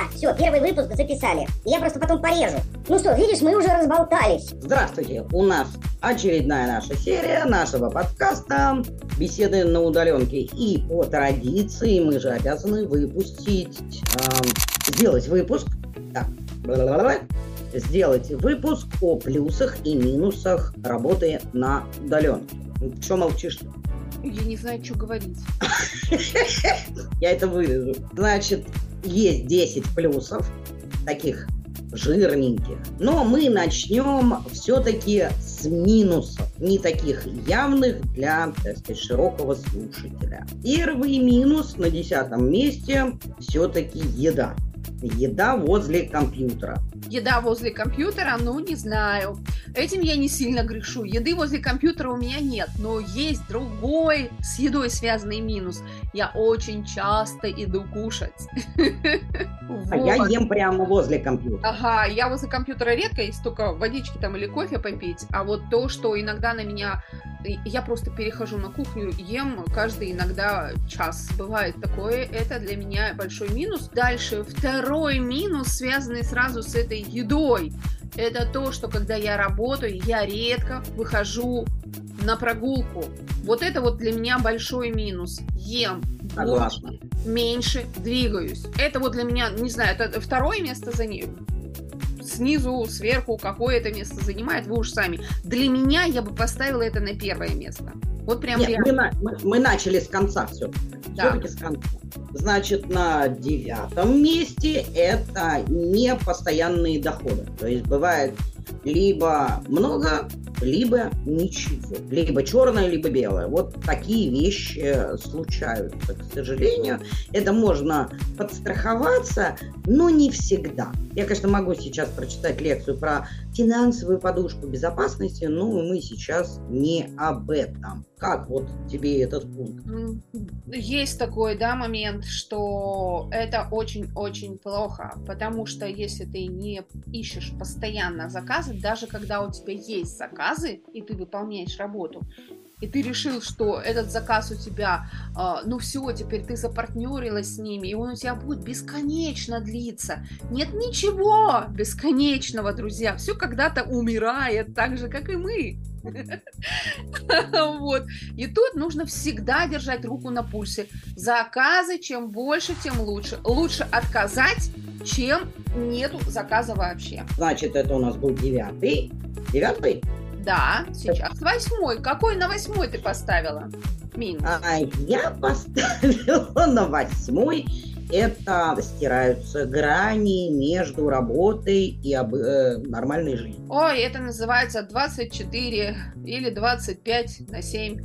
Так, все, первый выпуск записали. Я просто потом порежу. Ну что, видишь, мы уже разболтались. Здравствуйте, у нас очередная наша серия нашего подкаста «Беседы на удаленке». И по традиции мы же обязаны сделать выпуск о плюсах и минусах работы на удаленке. Что молчишь? Я не знаю, что говорить. Я это вырежу. Значит, есть 10 плюсов, таких жирненьких. Но мы начнем все-таки с минусов, не таких явных для, так сказать, широкого слушателя. Первый минус на 10-м месте все-таки еда. Еда возле компьютера. Еда возле компьютера, ну, не знаю. Этим я не сильно грешу. Еды возле компьютера у меня нет. Но есть другой с едой связанный минус. Я очень часто иду кушать. А я ем прямо возле компьютера. Ага, я возле компьютера редко, если только водички там или кофе попить. А вот то, что иногда на меня... Я просто перехожу на кухню, ем каждый иногда час. Бывает такое, это для меня большой минус. Дальше, второй минус, связанный сразу с этой едой. Это то, что когда я работаю, я редко выхожу на прогулку. Вот это вот для меня большой минус. Ем больше, меньше двигаюсь. Это вот для меня, не знаю, это второе место за ним. Снизу, сверху, какое это место занимает, вы уж сами. Для меня я бы поставила это на первое место. Вот прям. Нет, мы начали с конца все-таки. Да. Все-таки с конца. Значит, на 9-м месте это непостоянные доходы. То есть бывает либо много, либо ничего. Либо черное, либо белое. Вот такие вещи случаются, к сожалению. Это можно подстраховаться, но не всегда. Я, конечно, могу сейчас прочитать лекцию про финансовую подушку безопасности, но мы сейчас не об этом. Как вот тебе этот пункт? Есть такой, да, момент, что это очень-очень плохо, потому что если ты не ищешь постоянно заказы, даже когда у тебя есть заказы, и ты выполняешь работу, и ты решил, что этот заказ у тебя, ну все, теперь ты запартнерилась с ними, и он у тебя будет бесконечно длиться. Нет ничего бесконечного, друзья. Все когда-то умирает, так же, как и мы. Вот. И тут нужно всегда держать руку на пульсе. Заказы, чем больше, тем лучше. Лучше отказать, чем нету заказа вообще. Значит, это у нас был 9-й. 9-й? Да, сейчас 8-й. Какой на 8-й ты поставила? Минус. Я поставила на 8-й. Это стираются грани между работой и нормальной жизнью. Ой, это называется 24 или 25/7.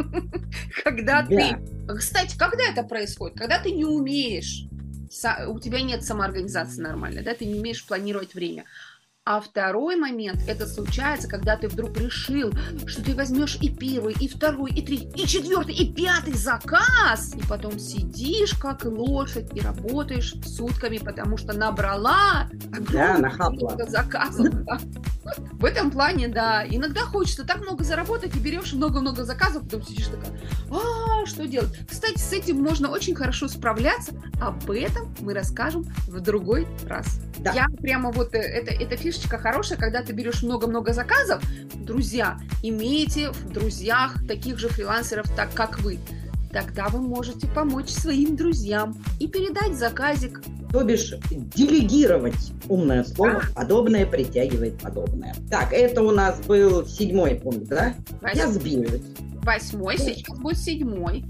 Когда ты... Кстати, когда это происходит? Когда ты не умеешь, у тебя нет самоорганизации нормальной, да, ты не умеешь планировать время. А второй момент, это случается, когда ты вдруг решил, что ты возьмешь и первый, и второй, и третий, и четвертый, и пятый заказ, и потом сидишь как лошадь и работаешь сутками, потому что набрала огромное заказов. Да. В этом плане, да, иногда хочется так много заработать, и берешь много-много заказов, потом сидишь такая, что делать? Кстати, с этим можно очень хорошо справляться, об этом мы расскажем в другой раз. Да. Я прямо вот, эта фишечка хорошая, когда ты берешь много-много заказов, друзья, имейте в друзьях таких же фрилансеров, так как вы. Тогда вы можете помочь своим друзьям и передать заказик. То бишь, делегировать, умное слово, подобное притягивает подобное. Так, это у нас был 7-й пункт, да? 8. Я сбилась. 8-й, сейчас будет 7-й.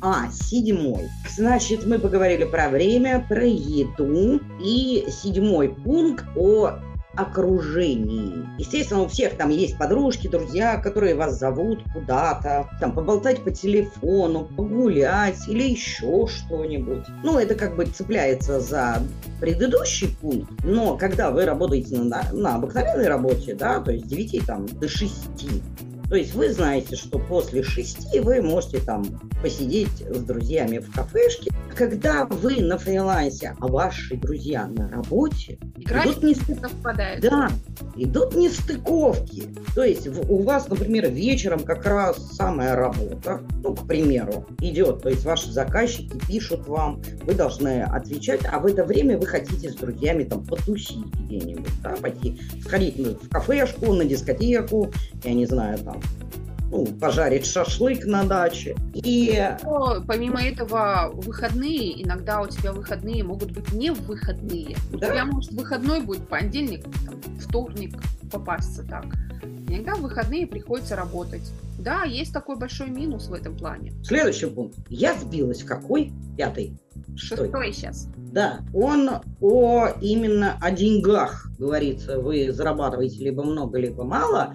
7-й. Значит, мы поговорили про время, про еду. И 7-й пункт о окружении. Естественно, у всех там есть подружки, друзья, которые вас зовут куда-то, там, поболтать по телефону, погулять или еще что-нибудь. Ну, это как бы цепляется за предыдущий пункт, но когда вы работаете на обыкновенной работе, да, то есть с 9 там, до 6, то есть вы знаете, что после 6 вы можете там посидеть с друзьями в кафешке, когда вы на фрилансе, а ваши друзья на работе, график не совпадает. Да, идут нестыковки. То есть у вас, например, вечером как раз самая работа, ну, к примеру, идет. То есть ваши заказчики пишут вам, вы должны отвечать, а в это время вы хотите с друзьями там потусить где-нибудь, да, пойти сходить в кафешку, на дискотеку, я не знаю, там, ну, пожарить шашлык на даче. И помимо этого, выходные, иногда у тебя выходные могут быть не выходные. Да. У тебя, может, выходной будет понедельник, там, вторник попасться так. Иногда в выходные приходится работать. Да, есть такой большой минус в этом плане. Следующий пункт. Я сбилась. Какой? 5-й. 6-й сейчас. Да, он именно о деньгах говорится. Вы зарабатываете либо много, либо мало.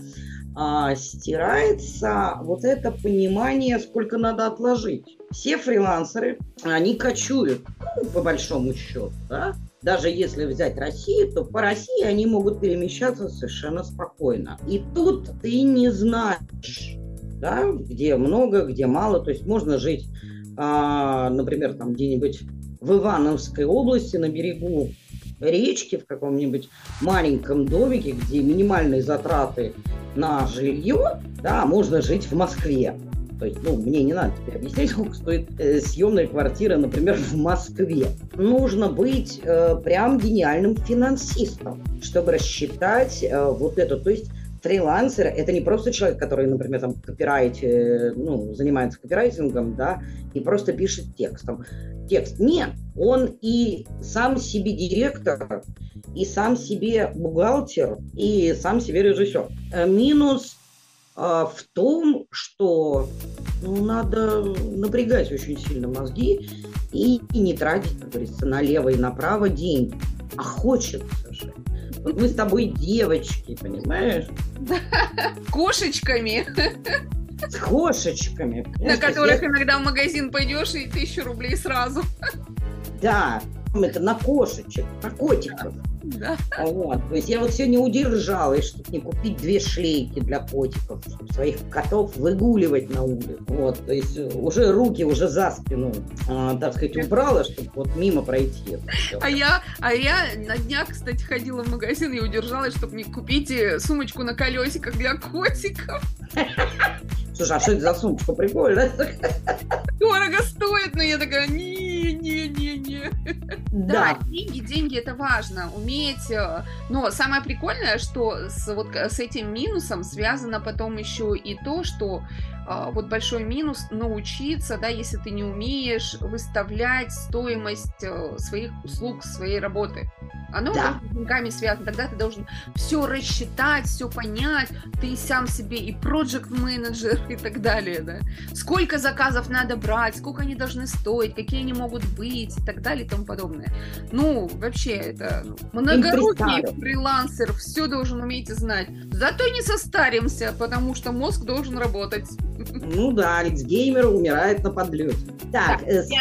Стирается вот это понимание, сколько надо отложить. Все фрилансеры, они кочуют, ну, по большому счету, да? Даже если взять Россию, то по России они могут перемещаться совершенно спокойно. И тут ты не знаешь, да, где много, где мало. То есть можно жить, например, там где-нибудь в Ивановской области на берегу речки, в каком-нибудь маленьком домике, где минимальные затраты на жилье, да, можно жить в Москве. То есть, ну, мне не надо теперь объяснять, сколько стоит съемная квартира, например, в Москве. Нужно быть прям гениальным финансистом, чтобы рассчитать вот это. То есть фрилансер – это не просто человек, который, например, там занимается копирайтингом, да, и просто пишет текст. Нет, он и сам себе директор, и сам себе бухгалтер, и сам себе режиссер. Минус в том, что надо напрягать очень сильно мозги и не тратить, как говорится, налево и направо деньги. А хочется же. Вот мы с тобой девочки, понимаешь? Кошечками. С кошечками. На которых иногда в магазин пойдешь и 1000 рублей сразу. Да, это на кошечек, на котиков. Да. Вот. То есть я вот сегодня удержалась, чтобы не купить 2 шлейки для котиков, чтобы своих котов выгуливать на улице. Вот. То есть уже руки уже за спину, так сказать, убрала, чтобы вот мимо пройти. А я на днях, кстати, ходила в магазин и удержалась, чтобы не купить сумочку на колесиках для котиков. Слушай, а что это за сумочка? Прикольно. Дорого стоит, но я такая, не. Да, деньги это важно, уметь. Но самое прикольное, что с этим минусом связано потом еще и то, что вот большой минус научиться, да, если ты не умеешь выставлять стоимость своих услуг, своей работы. Оно с деньгами связано. Тогда ты должен все рассчитать, все понять. Ты сам себе и проект-менеджер и так далее, да. Сколько заказов надо брать, сколько они должны стоить, какие они могут быть и так далее и тому подобное. Ну, вообще, это многорукий фрилансер, все должен уметь и знать. Зато не состаримся, потому что мозг должен работать. Ну да, Алекс Геймер умирает на подлете. Так,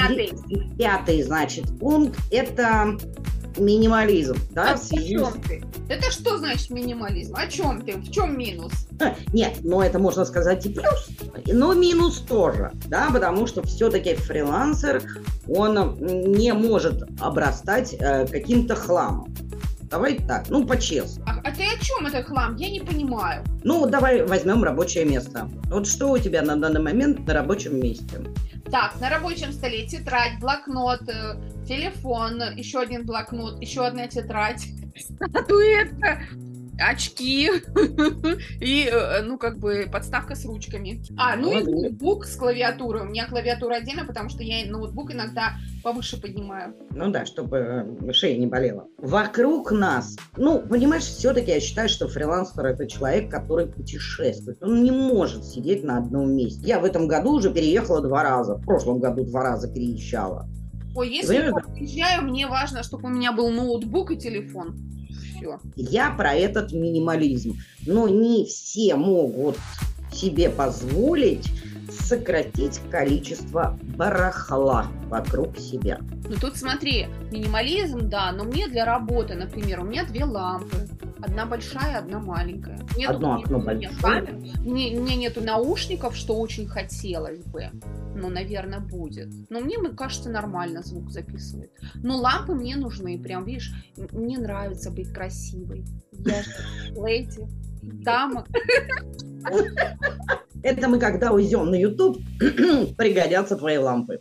5-й, значит, пункт – это минимализм. Да, о чем ты? Это что значит минимализм? О чем ты? В чем минус? Нет, это можно сказать и плюс, но минус тоже, да, потому что все-таки фрилансер, он не может обрастать каким-то хламом. Давай так, по-честному. А ты о чем это хлам? Я не понимаю. Давай возьмем рабочее место. Вот что у тебя на данный момент на рабочем месте? Так, на рабочем столе тетрадь, блокнот, телефон, еще один блокнот, еще одна тетрадь, статуэтка, очки и, подставка с ручками. И ноутбук с клавиатурой. У меня клавиатура отдельно, потому что я ноутбук иногда повыше поднимаю. Чтобы шея не болела. Вокруг нас, понимаешь, все-таки я считаю, что фрилансер – это человек, который путешествует. Он не может сидеть на одном месте. Я в этом году уже переехала 2 раза. В прошлом году 2 раза переезжала. Если я приезжаю, мне важно, чтобы у меня был ноутбук и телефон. Все. Я про этот минимализм. Но не все могут себе позволить сократить количество барахла вокруг себя. Тут смотри, минимализм, да, но мне для работы, например, у меня 2 лампы, Одна большая, одна маленькая. Одно окно большое. Мне нету наушников, что очень хотелось бы. Ну, наверное, будет. Но мне кажется, нормально звук записывает. Но лампы мне нужны. Прям, видишь, мне нравится быть красивой. Я же леди, дама. Это мы когда уйдем на YouTube, пригодятся твои лампы.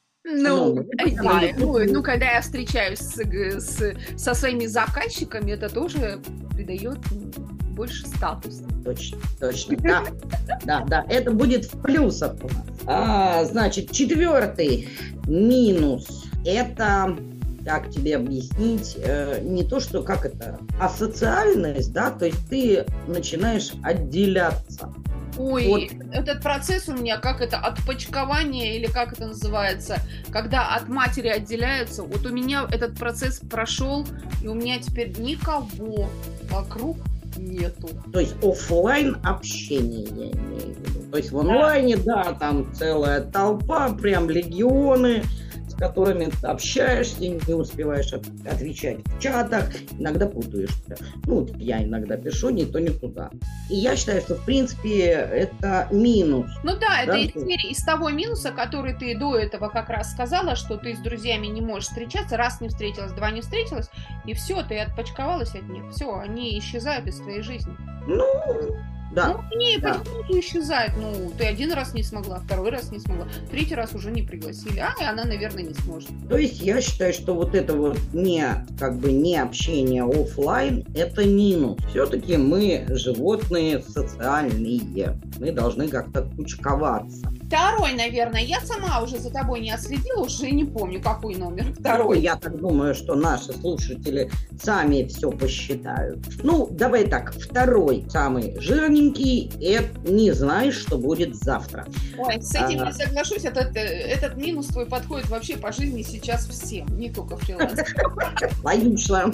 Когда я встречаюсь со своими заказчиками, это тоже придает больше статуса. Точно. Да. Это будет в плюсах у нас. Значит, 4-й минус. Это, как тебе объяснить, не то, что как это, а социальность, да, то есть ты начинаешь отделяться. Ой, вот. Этот процесс у меня, как это, отпочкование, или как это называется, когда от матери отделяются, вот у меня этот процесс прошел, и у меня теперь никого вокруг нету. То есть офлайн общение, я имею в виду. То есть в онлайне, да, там целая толпа, прям легионы, с которыми ты общаешься, не успеваешь отвечать в чатах, иногда путаешься. Ну, я иногда пишу не то, не туда. И я считаю, что, в принципе, это минус. Ну да, это из того минуса, который ты до этого как раз сказала, что ты с друзьями не можешь встречаться, раз не встретилась, два не встретилась, и все, ты отпочковалась от них. Все, они исчезают из твоей жизни. Ну... Да. Ну, они потихоньку исчезают. Ну, ты один раз не смогла, второй раз не смогла, третий раз уже не пригласили. И она, наверное, не сможет. То есть я считаю, что вот это вот не общение офлайн, это минус. Все-таки мы животные социальные. Мы должны как-то кучковаться. Второй, наверное, я сама уже за тобой не отследила, уже не помню, какой номер. Второй. Я так думаю, что наши слушатели сами все посчитают. Ну, давай так, второй, самый жирненький, это не знаешь, что будет завтра. Ой, с этим не соглашусь, этот минус твой подходит вообще по жизни сейчас всем, не только фрилансерам. Логично.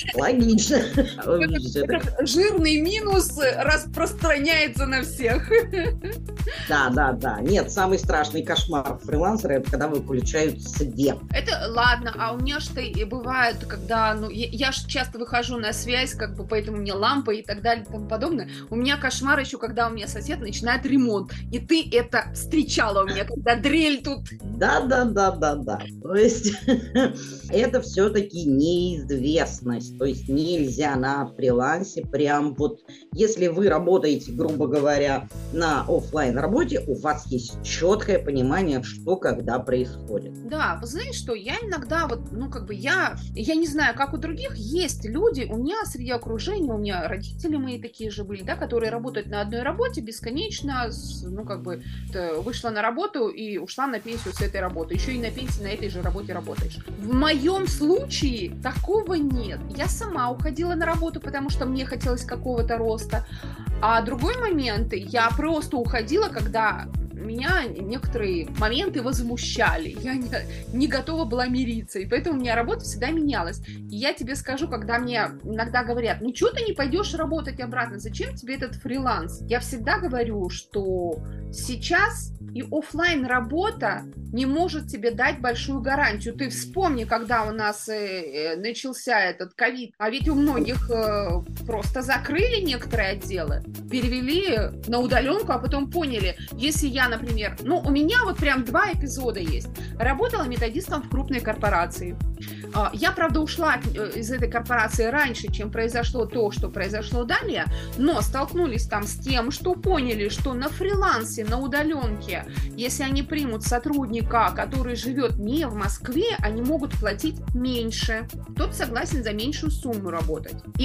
Этот жирный минус распространяется на всех. Да. Нет, самый страшный кошмар фрилансера, это когда выключают свет. Это ладно, а у меня что бывает, когда, я же часто выхожу на связь, как бы, поэтому мне лампа и так далее и тому подобное. У меня кошмар еще, когда у меня сосед начинает ремонт. И ты это встречала у меня, когда дрель тут. Да. То есть это все-таки неизвестность. То есть нельзя на фрилансе прям вот, если вы работаете, грубо говоря, на офлайн работе, у вас есть четкое понимание, что когда происходит. Да, вы знаете, что я иногда я не знаю, как у других, есть люди, у меня среди окружения, у меня родители мои такие же были, да, которые работают на одной работе бесконечно, вышла на работу и ушла на пенсию с этой работы, еще и на пенсии на этой же работе работаешь. В моем случае такого нет. Я сама уходила на работу, потому что мне хотелось какого-то роста, а другой момент, я просто уходила, когда меня некоторые моменты возмущали. Я не готова была мириться, и поэтому у меня работа всегда менялась. И я тебе скажу, когда мне иногда говорят, ну что ты не пойдешь работать обратно, зачем тебе этот фриланс? Я всегда говорю, что сейчас и офлайн работа не может тебе дать большую гарантию. Ты вспомни, когда у нас начался этот ковид, а ведь у многих просто закрыли некоторые отделы, перевели на удаленку, а потом поняли, если я, например, у меня вот прям 2 эпизода есть. Работала методистом в крупной корпорации. Я, правда, ушла из этой корпорации раньше, чем произошло то, что произошло далее, но столкнулись там с тем, что поняли, что на фрилансе, на удаленке, если они примут сотрудника, который живет не в Москве, они могут платить меньше. Кто-то согласен за меньшую сумму работать. И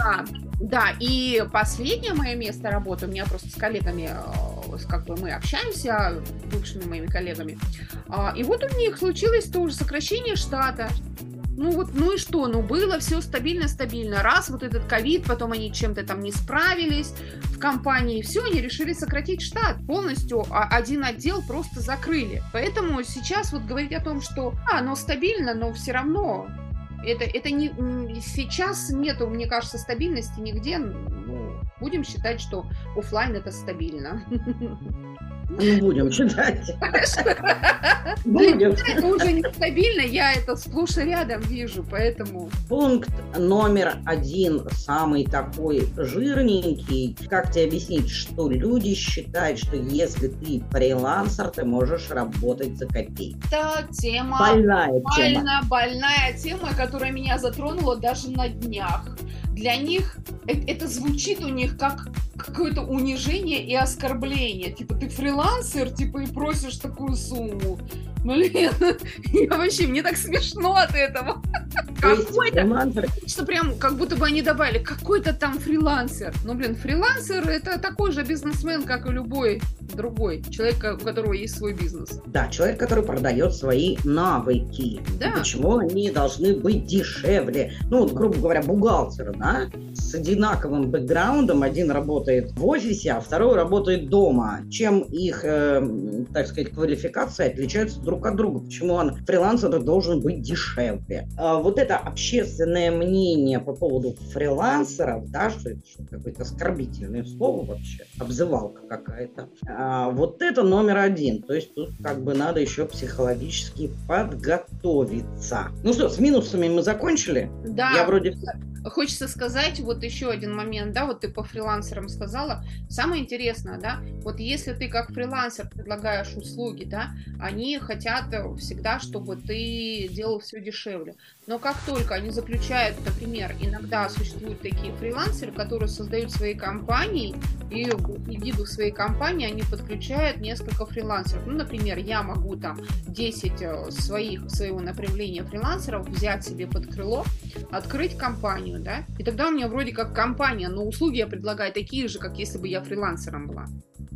и последнее мое место работы, у меня просто с коллегами, мы общаемся, бывшими моими коллегами, и вот у них случилось тоже сокращение штата. Ну и что? Было все стабильно. Раз вот этот ковид, потом они чем-то там не справились в компании, все, они решили сократить штат полностью, один отдел просто закрыли. Поэтому сейчас вот говорить о том, что оно стабильно, но все равно это не сейчас нету, мне кажется, стабильности нигде. Будем считать, что офлайн это стабильно. Ну, будем читать. Будем. Это уже нестабильно, я это сплошь и рядом вижу, поэтому... Пункт номер 1, самый такой жирненький. Как тебе объяснить, что люди считают, что если ты фрилансер, ты можешь работать за копейки? Это тема... Больная тема, которая меня затронула даже на днях. Для них это звучит у них как какое-то унижение и оскорбление. Типа, ты фрилансер, типа, и просишь такую сумму. Блин, мне так смешно от этого. Какой-то, что прям как будто бы они добавили, какой-то там фрилансер. Ну, блин, фрилансер — это такой же бизнесмен, как и любой другой человек, у которого есть свой бизнес. Да, человек, который продает свои навыки. Да. И почему они должны быть дешевле? Ну, вот, грубо говоря, бухгалтеры, да, с одинаковым бэкграундом. Один работает в офисе, а второй работает дома. Чем их, так сказать, квалификации отличаются друг от друга? Почему фрилансер должен быть дешевле? Вот это общественное мнение по поводу фрилансеров, да, что это какое-то оскорбительное слово вообще, обзывалка какая-то. Вот это номер 1. То есть тут как бы надо еще психологически подготовиться. Ну что, с минусами мы закончили? Да. Я вроде... Хочется сказать вот еще один момент, да, вот ты по фрилансерам сказала. Самое интересное, да, вот если ты как фрилансер предлагаешь услуги, да, они хотят всегда, чтобы ты делал все дешевле. Но как только они заключают, например, иногда существуют такие фрилансеры, которые создают свои компании, и в виду своей компании они подключают несколько фрилансеров. Ну, например, я могу там 10 своего направления фрилансеров взять себе под крыло, открыть компанию, да, и тогда у меня вроде как компания, но услуги я предлагаю такие же, как если бы я фрилансером была.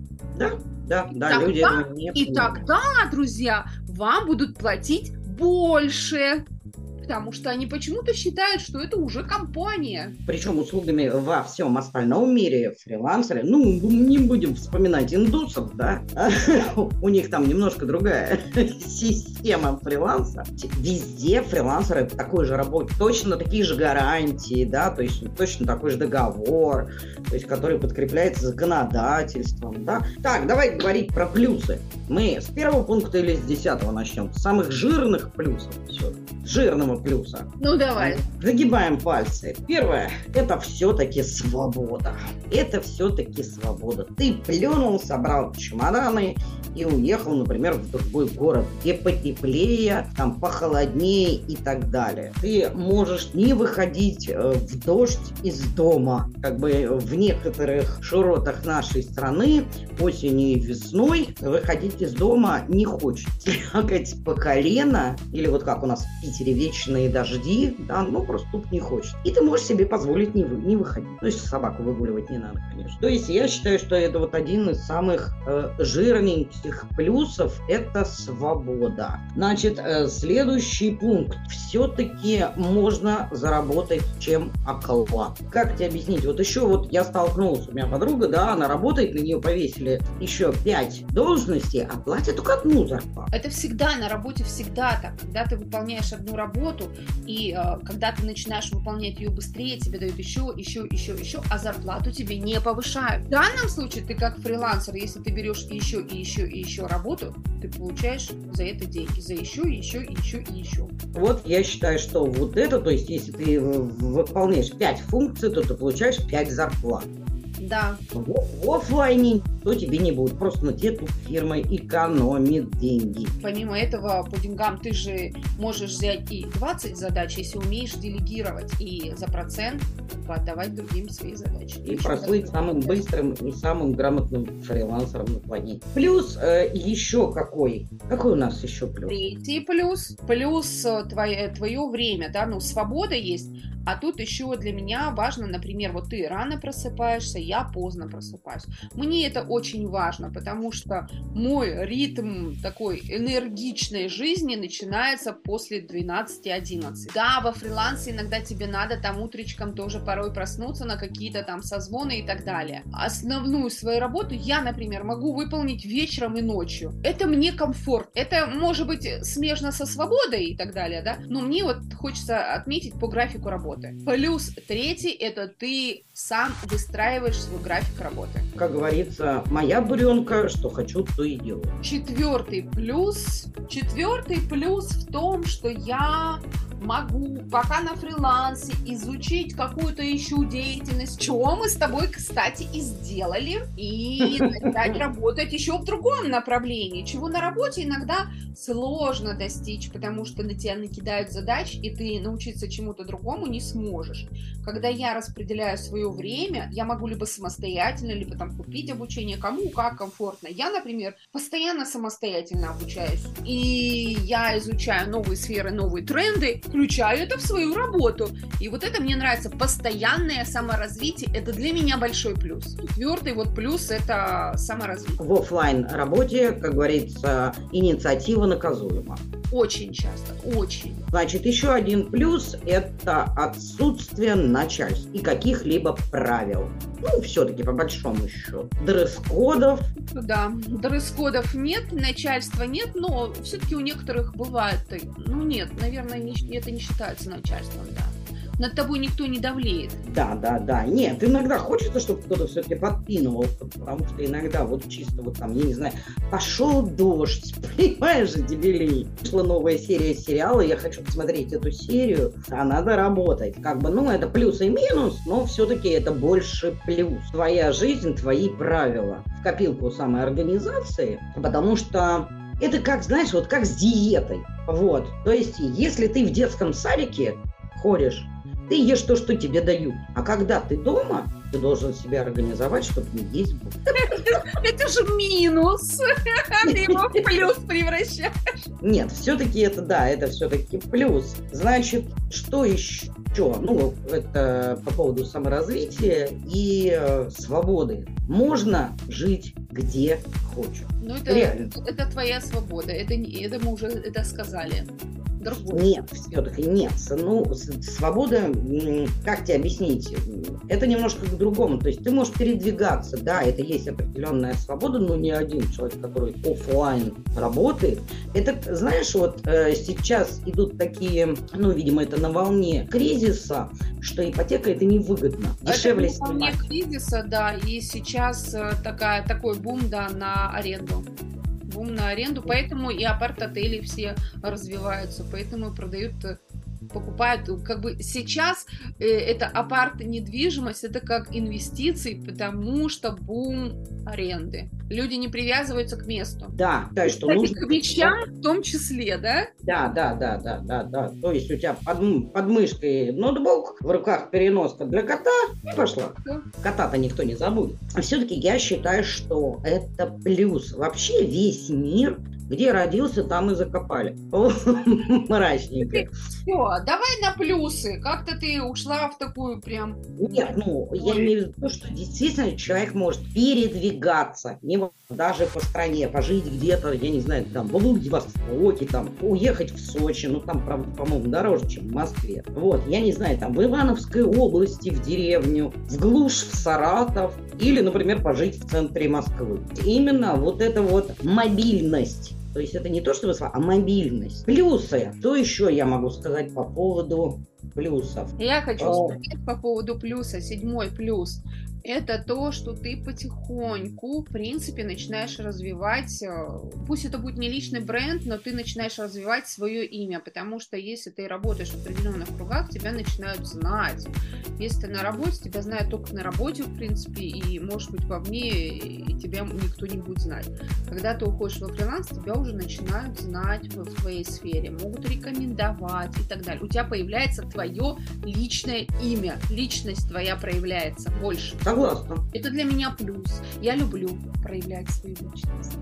Да, люди этого не понимают. И тогда, друзья, вам будут платить больше. Потому что они почему-то считают, что это уже компания. Причем услугами во всем остальном мире фрилансеры, ну, не будем вспоминать индусов, да, у них там немножко другая система фриланса. Везде фрилансеры такой же работают, точно такие же гарантии, да, то есть точно такой же договор, то есть который подкрепляется законодательством, да. Так, давай говорить про плюсы. Мы с первого пункта или с 10-го начнем? С самых жирных плюсов. Все. Жирного плюса. Ну, давай. Загибаем пальцы. Первое, это все-таки свобода. Это все-таки свобода. Ты плюнул, собрал чемоданы и уехал, например, в другой город, где потеплее, там похолоднее и так далее. Ты можешь не выходить в дождь из дома. Как бы в некоторых широтах нашей страны осенью и весной выходить из дома не хочется. Лягать по колено, или вот как у нас в Питере вечные дожди, да, ну просто тут не хочется. И ты можешь себе позволить не выходить. То есть собаку выгуливать не надо, конечно. То есть я считаю, что это вот один из самых жирненьких плюсов – это свобода. Значит, следующий пункт. Все-таки можно заработать чем оклад. Как тебе объяснить? Вот еще вот я столкнулся, у меня подруга, да, она работает, на нее повесили еще 5 должностей, а платят только одну зарплату. Это всегда на работе, всегда так. Когда ты выполняешь одну работу, и когда ты начинаешь выполнять ее быстрее, тебе дают еще, а зарплату тебе не повышают. В данном случае ты как фрилансер, если ты берешь еще работу, ты получаешь за это деньги, за еще. Вот я считаю, что вот это, то есть если ты выполняешь 5 функций, то ты получаешь 5 зарплат. Да. В офлайне то тебе не будет. Просто на тебе тут фирма экономит деньги. Помимо этого, по деньгам ты же можешь взять и 20 задач, если умеешь делегировать, и за процент отдавать другим свои задачи. И прослыть самым быстрым и самым грамотным фрилансером на планете. Плюс еще какой? Какой у нас еще плюс? Третий плюс. Плюс твое время, да, ну, свобода есть. А тут еще для меня важно, например, вот ты рано просыпаешься, я поздно просыпаюсь. Мне это очень важно, потому что мой ритм такой энергичной жизни начинается после 12-11. Да, во фрилансе иногда тебе надо там утречком тоже порой проснуться на какие-то там созвоны и так далее. Основную свою работу я, например, могу выполнить вечером и ночью. Это мне комфорт. Это может быть смежно со свободой и так далее, да, но мне вот хочется отметить по графику работы. работы. Плюс третий – это ты сам выстраиваешь свой график работы. Как говорится, моя буренка, что хочу, то и делаю. Четвертый плюс в том, что я могу пока на фрилансе изучить какую-то еще деятельность, чего мы с тобой, кстати, и сделали, и начать работать еще в другом направлении, чего на работе иногда сложно достичь, потому что на тебя накидают задач, и ты научиться чему-то другому не сможешь. Когда я распределяю свое время, я могу либо самостоятельно, либо там купить обучение, кому как комфортно. Я, например, постоянно самостоятельно обучаюсь, и я изучаю новые сферы, новые тренды, включаю это в свою работу. И вот это мне нравится. Постоянное саморазвитие – это для меня большой плюс. Четвертый вот плюс – это саморазвитие. В офлайн работе, как говорится, инициатива наказуема. Очень часто, очень. Значит, еще один плюс – это отсутствие начальства и каких-либо правил. Ну, все-таки, по большому счету. Дресс-кодов. Да, дресс-кодов нет, начальства нет, но все-таки у некоторых бывает, ну нет, наверное, это не считается начальством, да. Над тобой никто не давлеет. Да. Нет, иногда хочется, чтобы кто-то все-таки подпинывал, потому что иногда вот чисто вот там, я не знаю, пошел дождь, понимаешь же, дебилей. Вышла новая серия сериала, я хочу посмотреть эту серию, а надо работать. Как бы, ну, это плюс и минус, но все-таки это больше плюс. Твоя жизнь, твои правила. В копилку самоорганизации, потому что это как, знаешь, вот как с диетой. Вот, то есть, если ты в детском садике ходишь, ты ешь то, что тебе дают. А когда ты дома, ты должен себя организовать, чтобы не есть борщ. Это же минус. Ты его в плюс превращаешь. Нет, все-таки это все-таки плюс. Значит, что еще? Ну, это по поводу саморазвития и свободы. Можно жить где хочешь. Ну, это твоя свобода. Это мы уже сказали. Другой. Нет, все-таки нет. Ну, свобода, как тебе объяснить, это немножко к другому. То есть ты можешь передвигаться, да, это есть определенная свобода, но не один человек, который офлайн работает. Это, знаешь, вот сейчас идут такие, ну, видимо, это на волне кризиса, что ипотека это невыгодно. Дешевле это на волне кризиса, да, и сейчас такой бум, да, на аренду. Поэтому и апарт-отели все развиваются, поэтому покупают, как бы сейчас это апарт-недвижимость, это как инвестиции, потому что бум аренды. Люди не привязываются к месту. Да, что кстати, нужно... К вещам в том числе, да? Да. То есть у тебя под мышкой ноутбук, в руках переноска для кота, и пошла. Да. Кота-то никто не забудет. А все-таки я считаю, что это плюс. Вообще весь мир, где родился, там и закопали. Мрачненько. Все, давай на плюсы. Как-то ты ушла в такую прям... Нет, я имею в виду, что действительно человек может передвигаться, даже по стране, пожить где-то, я не знаю, там, в Владивостоке, там, уехать в Сочи, там, правда, по-моему, дороже, чем в Москве. Вот, я не знаю, там, в Ивановской области, в деревню, в глушь, в Саратов, или, например, пожить в центре Москвы. Именно вот эта вот мобильность. То есть это не то, что а мобильность. Плюсы. Что еще я могу сказать по поводу плюсов? Я хочу сказать по поводу плюса. 7-й плюс. Это то, что ты потихоньку, в принципе, начинаешь развивать, пусть это будет не личный бренд, но ты начинаешь развивать свое имя, потому что если ты работаешь в определенных кругах, тебя начинают знать. Если ты на работе, тебя знают только на работе, в принципе, и, может быть, вовне, и тебя никто не будет знать. Когда ты уходишь во фриланс, тебя уже начинают знать в твоей сфере, могут рекомендовать и так далее. У тебя появляется твое личное имя, личность твоя проявляется больше. Согласна. Это для меня плюс. Я люблю проявлять свою личность.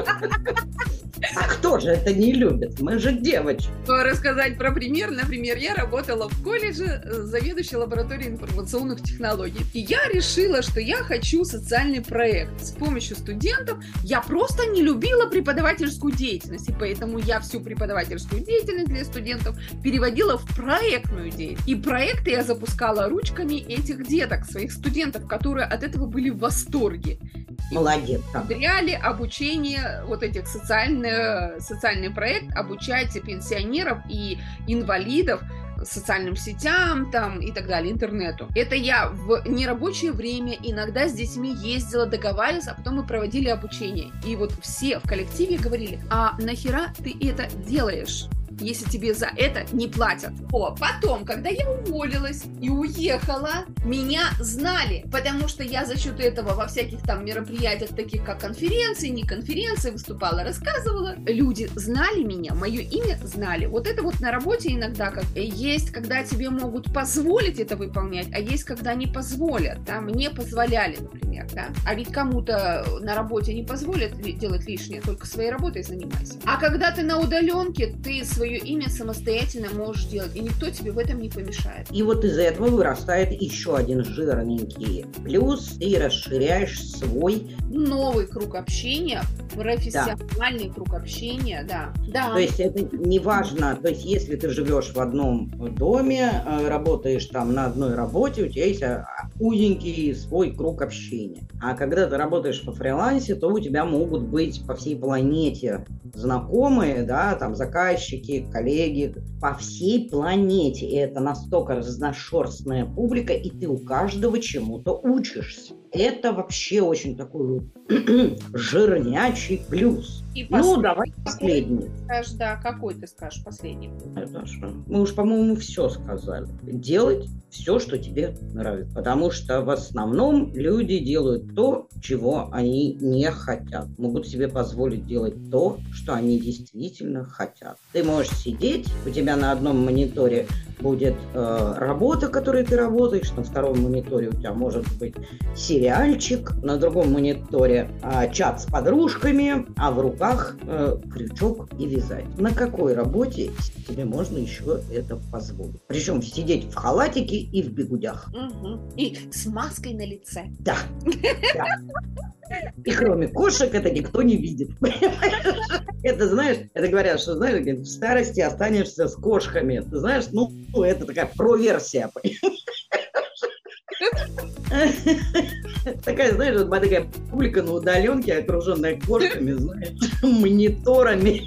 А кто же это не любит? Мы же девочки. Рассказать про пример. Например, я работала в колледже заведующей лабораторией информационных технологий. И я решила, что я хочу социальный проект. С помощью студентов я просто не любила преподавательскую деятельность. И поэтому я всю преподавательскую деятельность для студентов переводила в проектную деятельность. И проекты я запускала ручками этих деток, своих студентов, которые от этого были в восторге. Молодец. Внедряли обучение, вот этих социальный проект, обучать пенсионеров и инвалидов социальным сетям там и так далее, интернету. Это я в нерабочее время иногда с детьми ездила, договаривалась, а потом мы проводили обучение. И вот все в коллективе говорили: а нахера ты это делаешь, если тебе за это не платят? Потом, когда я уволилась и уехала, меня знали, потому что я за счет этого во всяких там мероприятиях, таких как конференции, не конференции, выступала, рассказывала. Люди знали меня, мое имя знали. Вот это вот на работе иногда как есть, когда тебе могут позволить это выполнять, а есть, когда не позволят, да, мне позволяли, например, да, а ведь кому-то на работе не позволят делать лишнее, только своей работой занимайся. А когда ты на удаленке, ты свое имя самостоятельно можешь делать, и никто тебе в этом не помешает. И вот из-за этого вырастает еще один жирненький плюс, ты расширяешь свой новый круг общения, профессиональный круг общения, да. То есть это не важно, то есть если ты живешь в одном доме, работаешь там на одной работе, у тебя есть узенький свой круг общения. А когда ты работаешь по фрилансе, то у тебя могут быть по всей планете знакомые, да, там заказчики, коллеги, по всей планете. И это настолько разношерстная публика, и ты у каждого чему-то учишься. Это вообще очень такой жирнячий плюс. И давай последний. Скажешь, да, какой ты скажешь последний? Это что? Мы уж, по-моему, все сказали. Делать все, что тебе нравится. Потому что в основном люди делают то, чего они не хотят. Могут себе позволить делать то, что они действительно хотят. Ты можешь сидеть, у тебя на одном мониторе будет работа, которой ты работаешь, на втором мониторе у тебя может быть сериальчик, на другом мониторе чат с подружками, а в руках крючок и вязать. На какой работе тебе можно еще это позволить? Причем сидеть в халатике и в бигудях. И с маской на лице. Да. И кроме кошек это никто не видит. Это, знаешь, это говорят, что, знаешь, в старости останешься с кошками. Ты знаешь, это такая проверсия. Такая, знаешь, вот такая публика на удаленке, окруженная кошками, знаешь, мониторами.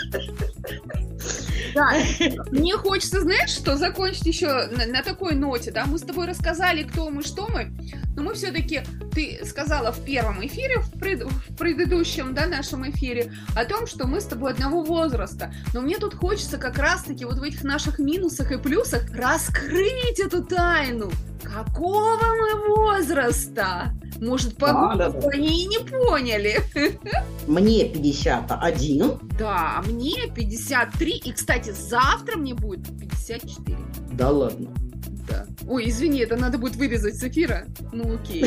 Да, мне хочется, знаешь, что закончить еще на такой ноте, да, мы с тобой рассказали, кто мы, что мы, но мы все-таки, ты сказала в первом эфире, в предыдущем, да, нашем эфире, о том, что мы с тобой одного возраста, но мне тут хочется как раз-таки вот в этих наших минусах и плюсах раскрыть эту тайну. Какого мы возраста? Может, они и не поняли. Мне 51. Да, а мне 53. И, кстати, завтра мне будет 54. Да ладно. Да. Ой, извини, это надо будет вырезать с эфира. Ну, окей.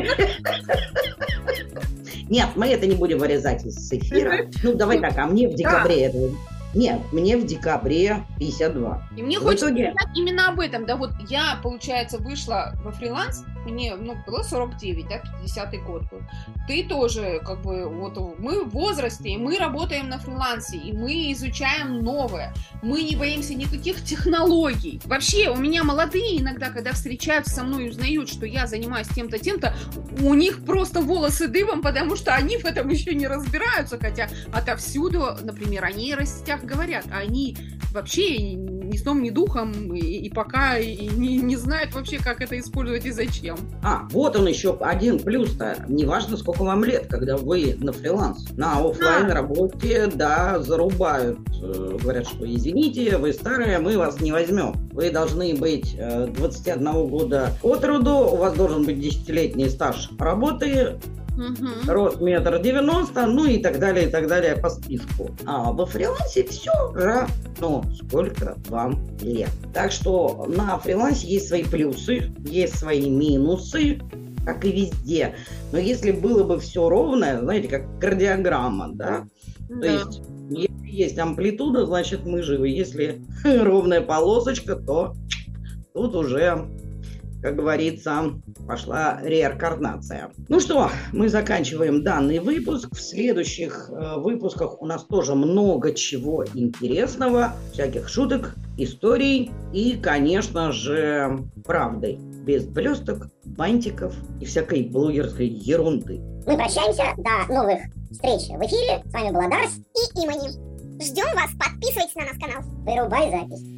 Нет, мы это не будем вырезать с эфира. Давай так, а мне в декабре это... Нет, мне в декабре 52. И мне хочется сказать именно об этом. Да, вот я, получается, вышла во фриланс, мне было 49, да, 50-й год был. Ты тоже, как бы, вот мы в возрасте, и мы работаем на фрилансе, и мы изучаем новое. Мы не боимся никаких технологий. Вообще, у меня молодые иногда, когда встречаются со мной и узнают, что я занимаюсь тем-то, тем-то, у них просто волосы дыбом, потому что они в этом еще не разбираются, хотя отовсюду, например, о нейросетях говорят, а они вообще ни сном, ни духом и пока и не знают вообще, как это использовать и зачем. Вот он еще один плюс-то. Неважно, сколько вам лет, когда вы на фриланс. На офлайн работе, да, зарубают. Говорят, что извините, вы старые, мы вас не возьмем. Вы должны быть 21 года от роду, у вас должен быть 10-летний стаж работы, рост 1,90 м, и так далее по списку. А во фрилансе все равно, сколько вам лет. Так что на фрилансе есть свои плюсы, есть свои минусы, как и везде. Но если было бы все ровное, знаете, как кардиограмма, да? То есть, если есть амплитуда, значит мы живы. Если ровная полосочка, то тут уже, как говорится, пошла реинкарнация. Ну что, мы заканчиваем данный выпуск. В следующих выпусках у нас тоже много чего интересного, всяких шуток, историй и, конечно же, правды. Без блесток, бантиков и всякой блогерской ерунды. Мы прощаемся. До новых встреч в эфире. С вами была Дарс и Имани. Ждем вас. Подписывайтесь на наш канал. Вырубай запись.